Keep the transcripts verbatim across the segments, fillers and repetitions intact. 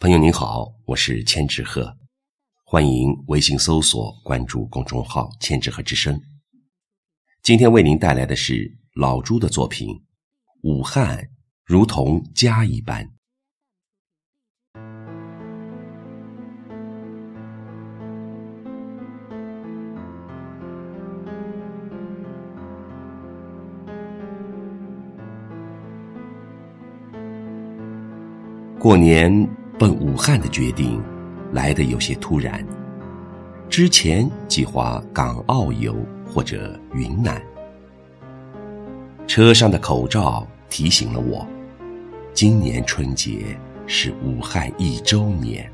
朋友您好，我是千纸鹤，欢迎微信搜索关注公众号千纸鹤之声。今天为您带来的是老朱的作品《武汉如同家一般》。过年奔武汉的决定来得有些突然，之前计划港澳游或者云南。车上的口罩提醒了我，今年春节是武汉一周年。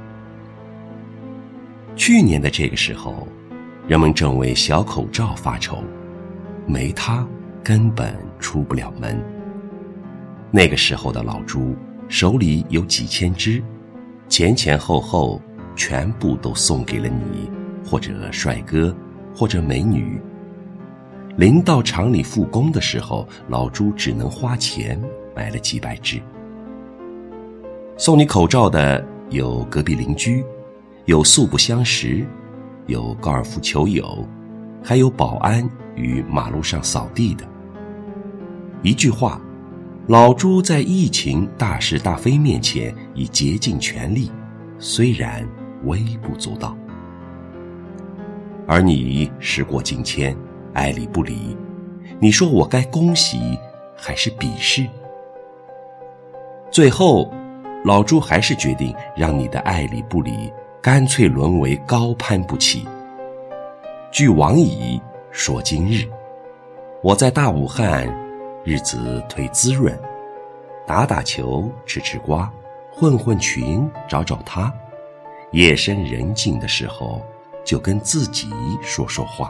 去年的这个时候，人们正为小口罩发愁，没它根本出不了门。那个时候的老朱手里有几千只，前前后后全部都送给了你，或者帅哥，或者美女。临到厂里复工的时候，老朱只能花钱买了几百只。送你口罩的有隔壁邻居，有素不相识，有高尔夫球友，还有保安与马路上扫地的。一句话，老朱在疫情大是大非面前已竭尽全力，虽然微不足道。而你时过境迁，爱理不理，你说我该恭喜还是鄙视？最后老朱还是决定让你的爱理不理干脆沦为高攀不起。据王乙说，今日我在大武汉，日子忒滋润，打打球，吃吃瓜，混混群，找找他，夜深人静的时候就跟自己说说话。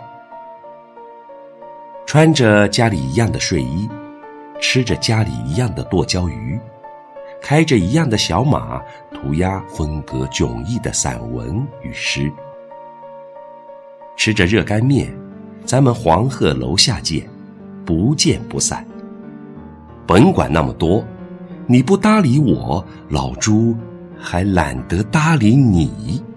穿着家里一样的睡衣，吃着家里一样的剁椒鱼，开着一样的小马，涂鸦风格迥异的散文与诗。吃着热干面，咱们黄鹤楼下见，不见不散。甭管那么多，你不搭理我，老朱还懒得搭理你。